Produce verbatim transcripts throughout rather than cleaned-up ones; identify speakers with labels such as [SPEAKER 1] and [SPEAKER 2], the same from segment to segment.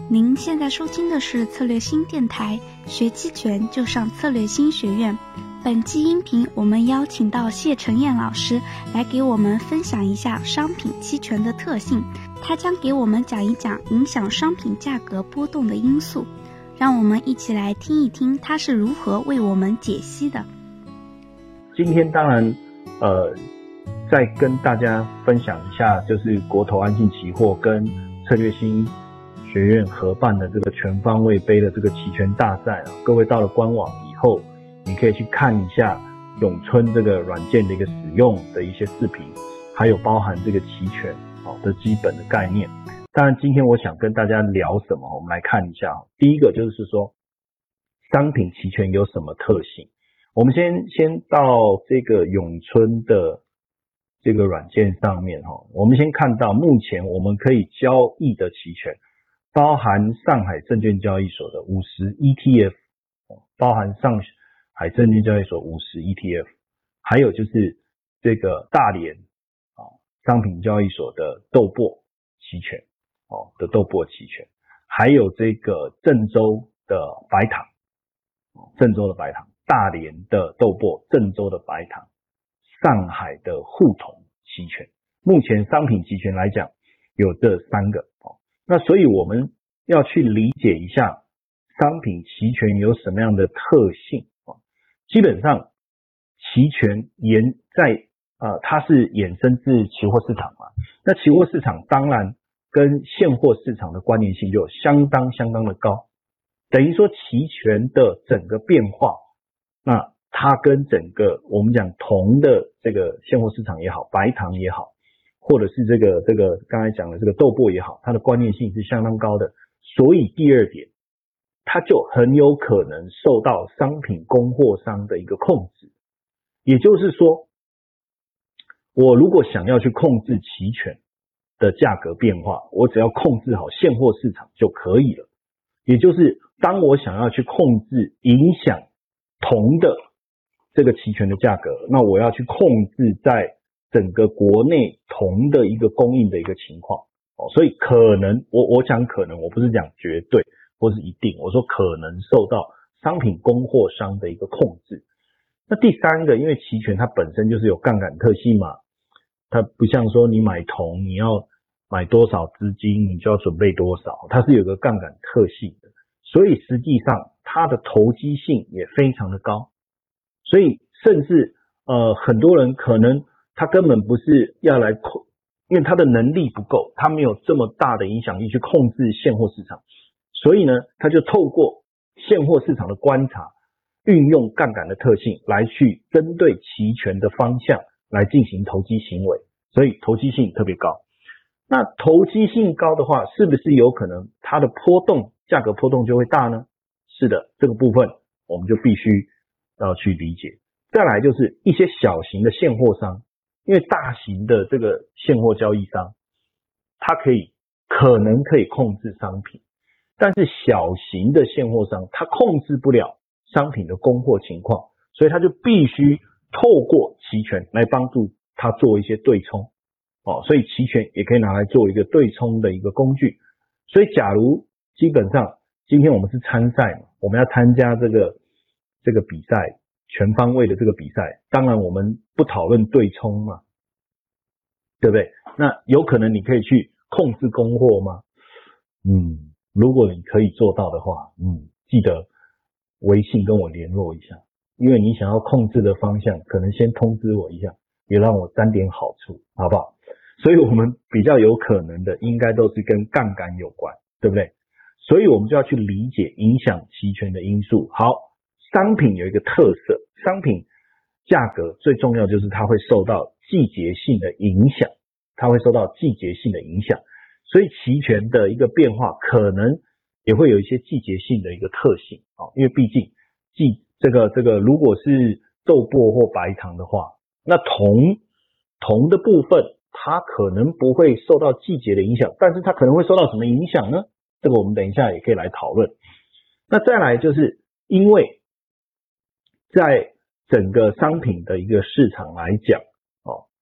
[SPEAKER 1] 您现在收听的是策略新电台，学期权就上策略新学院。本期音频我们邀请到谢承彦老师来给我们分享一下商品期权的特性，他将给我们讲一讲影响商品价格波动的因素。让我们一起来听一听他是如何为我们解析的。
[SPEAKER 2] 今天当然呃，再跟大家分享一下，就是国投安信期货跟策略新学院合办的这个全方位杯的这个期权大赛啊，各位到了官网以后，你可以去看一下永春这个软件的一个使用的一些视频，还有包含这个期权的基本的概念。当然今天我想跟大家聊什么，我们来看一下。第一个就是说商品期权有什么特性。我们先先到这个永春的这个软件上面，我们先看到目前我们可以交易的期权包含上海证券交易所的五十 E T F， 包含上海证券交易所五十 E T F， 还有就是这个大连商品交易所的豆粕期权的豆粕期权，还有这个郑州的白糖，郑州的白糖，大连的豆粕，郑州的白糖，上海的沪铜期权。目前商品期权来讲有这三个，那所以我们要去理解一下商品期权有什么样的特性。基本上期权沿在呃它是衍生自期货市场嘛，那期货市场当然跟现货市场的关联性就相当相当的高，等于说期权的整个变化，那它跟整个我们讲铜的这个现货市场也好，白糖也好，或者是这个这个刚才讲的这个豆粕也好，它的关联性是相当高的。所以第二点，它就很有可能受到商品供货商的一个控制。也就是说，我如果想要去控制期权的价格变化，我只要控制好现货市场就可以了。也就是当我想要去控制影响铜的这个期权的价格，那我要去控制在整个国内铜的一个供应的一个情况。所以可能我我讲可能，我不是讲绝对或是一定，我说可能受到商品供货商的一个控制。那第三个，因为期权它本身就是有杠杆特性嘛，它不像说你买铜你要买多少资金你就要准备多少，它是有个杠杆特性的，所以实际上它的投机性也非常的高。所以甚至呃很多人可能他根本不是要来控，因为他的能力不够，他没有这么大的影响力去控制现货市场，所以呢他就透过现货市场的观察，运用杠杆的特性来去针对期权的方向来进行投机行为，所以投机性特别高。那投机性高的话，是不是有可能它的波动价格波动就会大呢？是的，这个部分我们就必须要去理解。再来就是一些小型的现货商，因为大型的这个现货交易商它可以可能可以控制商品，但是小型的现货商它控制不了商品的供货情况，所以它就必须透过期权来帮助它做一些对冲。哦，所以期权也可以拿来做一个对冲的一个工具。所以假如基本上今天我们是参赛嘛，我们要参加这个这个比赛，全方位的这个比赛，当然我们不讨论对冲嘛，对不对？那有可能你可以去控制供货吗？嗯，如果你可以做到的话，嗯，记得微信跟我联络一下，因为你想要控制的方向，可能先通知我一下，也让我沾点好处，好不好？所以我们比较有可能的应该都是跟杠杆有关，对不对？所以我们就要去理解影响期权的因素。好，商品有一个特色，商品价格最重要就是它会受到季节性的影响，它会受到季节性的影响，所以期权的一个变化可能也会有一些季节性的一个特性啊，因为毕竟季这个这个如果是豆粕或白糖的话，那铜铜的部分它可能不会受到季节的影响，但是它可能会受到什么影响呢？这个我们等一下也可以来讨论。那再来就是因为在整个商品的一个市场来讲哦，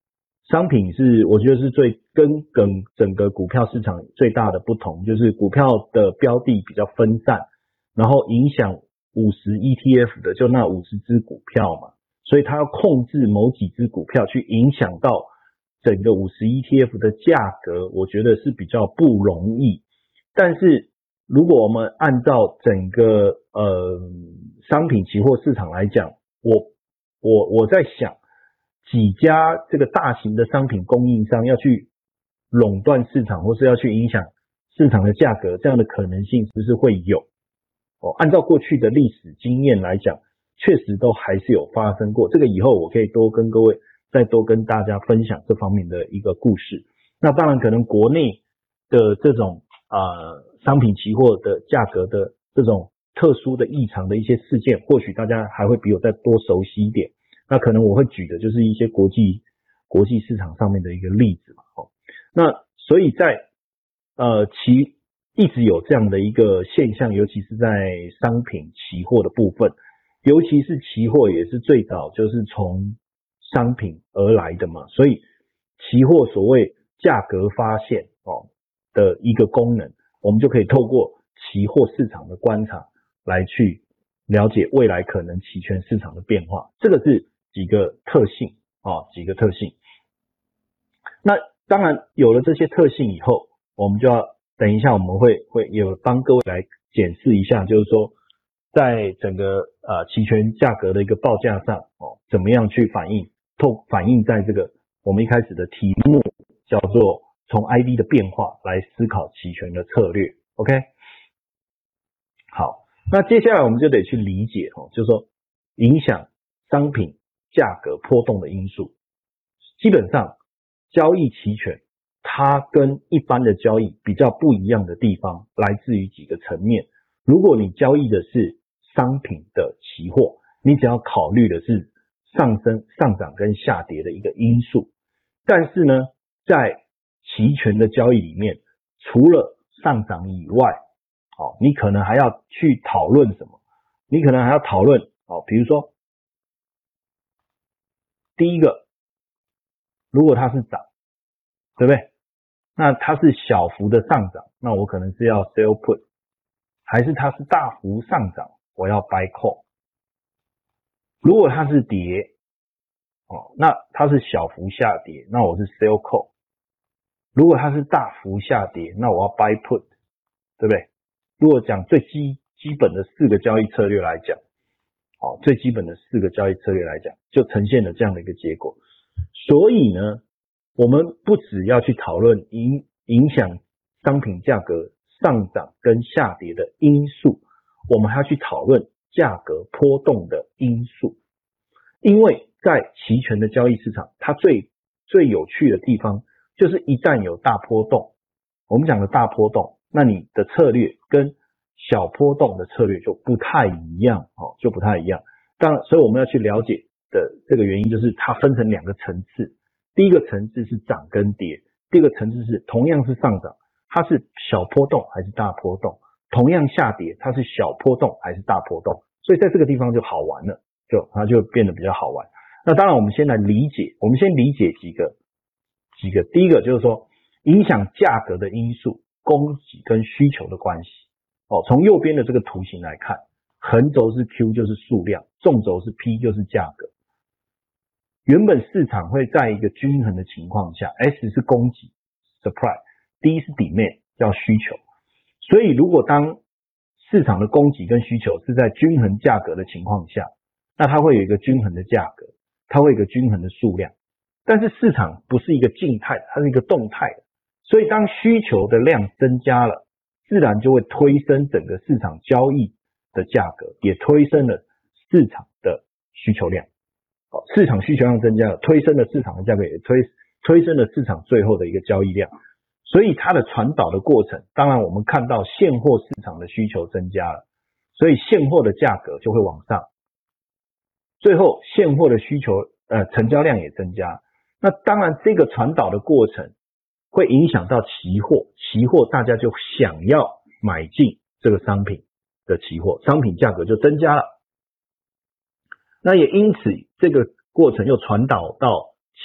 [SPEAKER 2] 商品是我觉得是最跟跟整个股票市场最大的不同，就是股票的标的比较分散，然后影响五十 E T F 的就那五十只股票嘛，所以它要控制某几只股票去影响到整个五十 E T F 的价格，我觉得是比较不容易。但是如果我们按照整个呃商品期货市场来讲，我我我在想几家这个大型的商品供应商要去垄断市场，或是要去影响市场的价格，这样的可能性是不是会有？哦，按照过去的历史经验来讲，确实都还是有发生过。这个以后我可以多跟各位再多跟大家分享这方面的一个故事。那当然可能国内的这种呃商品期货的价格的这种特殊的异常的一些事件，或许大家还会比我再多熟悉一点。那可能我会举的就是一些国际国际市场上面的一个例子嘛。哦，那所以在呃其一直有这样的一个现象，尤其是在商品期货的部分，尤其是期货也是最早就是从商品而来的嘛，所以期货所谓价格发现哦的一个功能，我们就可以透过期货市场的观察来去了解未来可能期权市场的变化。这个是几个特性啊，几个特性。那当然有了这些特性以后，我们就要等一下我们会会有帮各位来检视一下，就是说在整个呃期权价格的一个报价上哦，怎么样去反映，透反映在这个我们一开始的题目叫做从 I V 的变化来思考期权的策略。 OK， 好，那接下来我们就得去理解哦，就是说影响商品价格波动的因素。基本上交易期权它跟一般的交易比较不一样的地方来自于几个层面。如果你交易的是商品的期货，你只要考虑的是上升、上涨跟下跌的一个因素。但是呢，在期权的交易里面，除了上涨以外，哦，你可能还要去讨论什么？你可能还要讨论哦，比如说第一个，如果它是涨，对不对？那它是小幅的上涨，那我可能是要 sell put， 还是它是大幅上涨，我要 buy call。如果它是跌，哦，那它是小幅下跌，那我是 sell call。如果它是大幅下跌，那我要 buy put， 对不对？如果讲最基基本的四个交易策略来讲，哦，最基本的四个交易策略来讲，就呈现了这样的一个结果。所以呢，我们不只要去讨论影影响商品价格上涨跟下跌的因素，我们还要去讨论价格波动的因素。因为在期权的交易市场，它最最有趣的地方就是一旦有大波动，我们讲的大波动，那你的策略跟小波动的策略就不太一样，哦，就不太一样。当然，所以我们要去了解的这个原因就是它分成两个层次。第一个层次是涨跟跌，第二个层次是同样是上涨，它是小波动还是大波动，同样下跌，它是小波动还是大波动。所以在这个地方就好玩了，就它就变得比较好玩。那当然我们先来理解，我们先理解几个几个第一个就是说影响价格的因素，供给跟需求的关系。哦，从右边的这个图形来看，横轴是 Q 就是数量，纵轴是 P 就是价格。原本市场会在一个均衡的情况下， S 是供给 supply， D 是 demand 叫需求。所以如果当市场的供给跟需求是在均衡价格的情况下，那它会有一个均衡的价格，它会有一个均衡的数量。但是市场不是一个静态的，它是一个动态的，所以当需求的量增加了，自然就会推升整个市场交易的价格，也推升了市场的需求量。市场需求量增加了，推升了市场的价格，也推推升了市场最后的一个交易量。所以它的传导的过程，当然我们看到现货市场的需求增加了，所以现货的价格就会往上，最后现货的需求呃成交量也增加。那当然这个传导的过程会影响到期货，期货大家就想要买进这个商品的期货，商品价格就增加了。那也因此这个过程又传导到期权，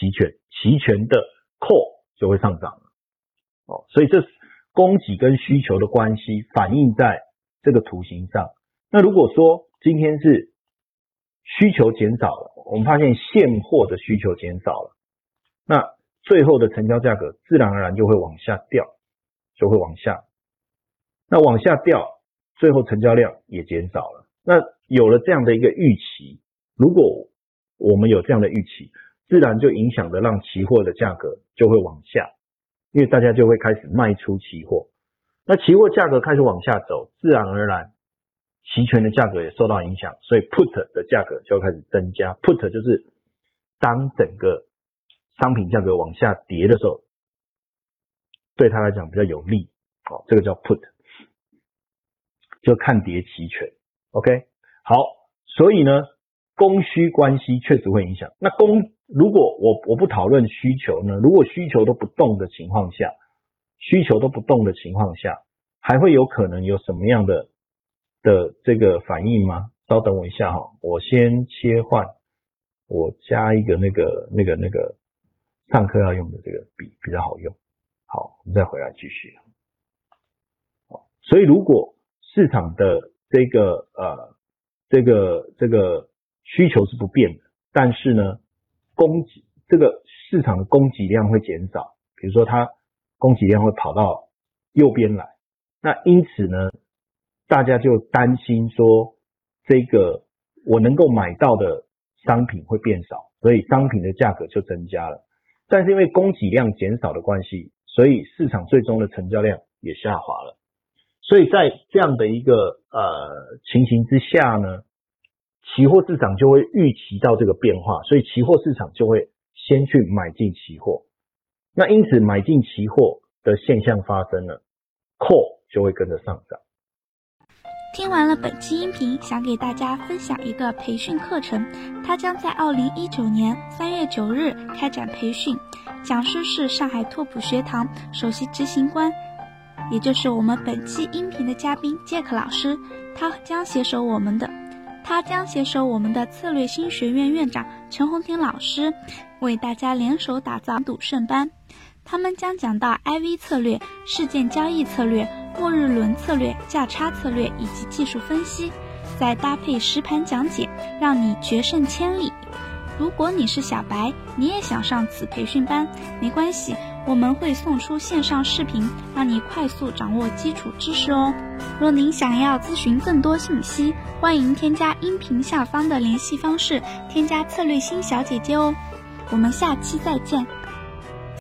[SPEAKER 2] 期权的 call 就会上涨了。哦，所以这供给跟需求的关系反映在这个图形上。那如果说今天是需求减少了，我们发现现货的需求减少了，那最后的成交价格自然而然就会往下掉，就会往下。那往下掉，最后成交量也减少了。那有了这样的一个预期，如果我们有这样的预期，自然就影响的让期货的价格就会往下，因为大家就会开始卖出期货。那期货价格开始往下走，自然而然期权的价格也受到影响，所以 put 的价格就开始增加。put 就是当整个商品价格往下跌的时候，对他来讲比较有利，哦，这个叫 put， 就看跌期权。OK， 好，所以呢，供需关系确实会影响。那供如果我我不讨论需求呢，如果需求都不动的情况下，需求都不动的情况下，还会有可能有什么样的的这个反应吗？稍等我一下哈，我先切换，我加一个那个那个那个上课要用的这个笔比较好用。好，我们再回来继续。好，所以如果市场的这个呃这个这个需求是不变的，但是呢，供给这个市场的供给量会减少，比如说它供给量会跑到右边来，那因此呢，大家就担心说，这个我能够买到的商品会变少，所以商品的价格就增加了。但是因为供给量减少的关系，所以市场最终的成交量也下滑了。所以在这样的一个呃情形之下呢，期货市场就会预期到这个变化，所以期货市场就会先去买进期货。那因此买进期货的现象发生了， call 就会跟着上涨。
[SPEAKER 1] 听完了本期音频，想给大家分享一个培训课程，它将在二零一九年三月九日开展培训，讲师是上海拓普学堂首席执行官，也就是我们本期音频的嘉宾杰克老师，他将携手我们的他将携手我们的策略新学院院长陈红婷老师，为大家联手打造赌圣班。他们将讲到 I V 策略、事件交易策略、末日轮策略、价差策略以及技术分析，再搭配实盘讲解，让你决胜千里。如果你是小白，你也想上此培训班，没关系，我们会送出线上视频，让你快速掌握基础知识哦。若您想要咨询更多信息，欢迎添加音频下方的联系方式，添加策略星小姐姐哦。我们下期再见。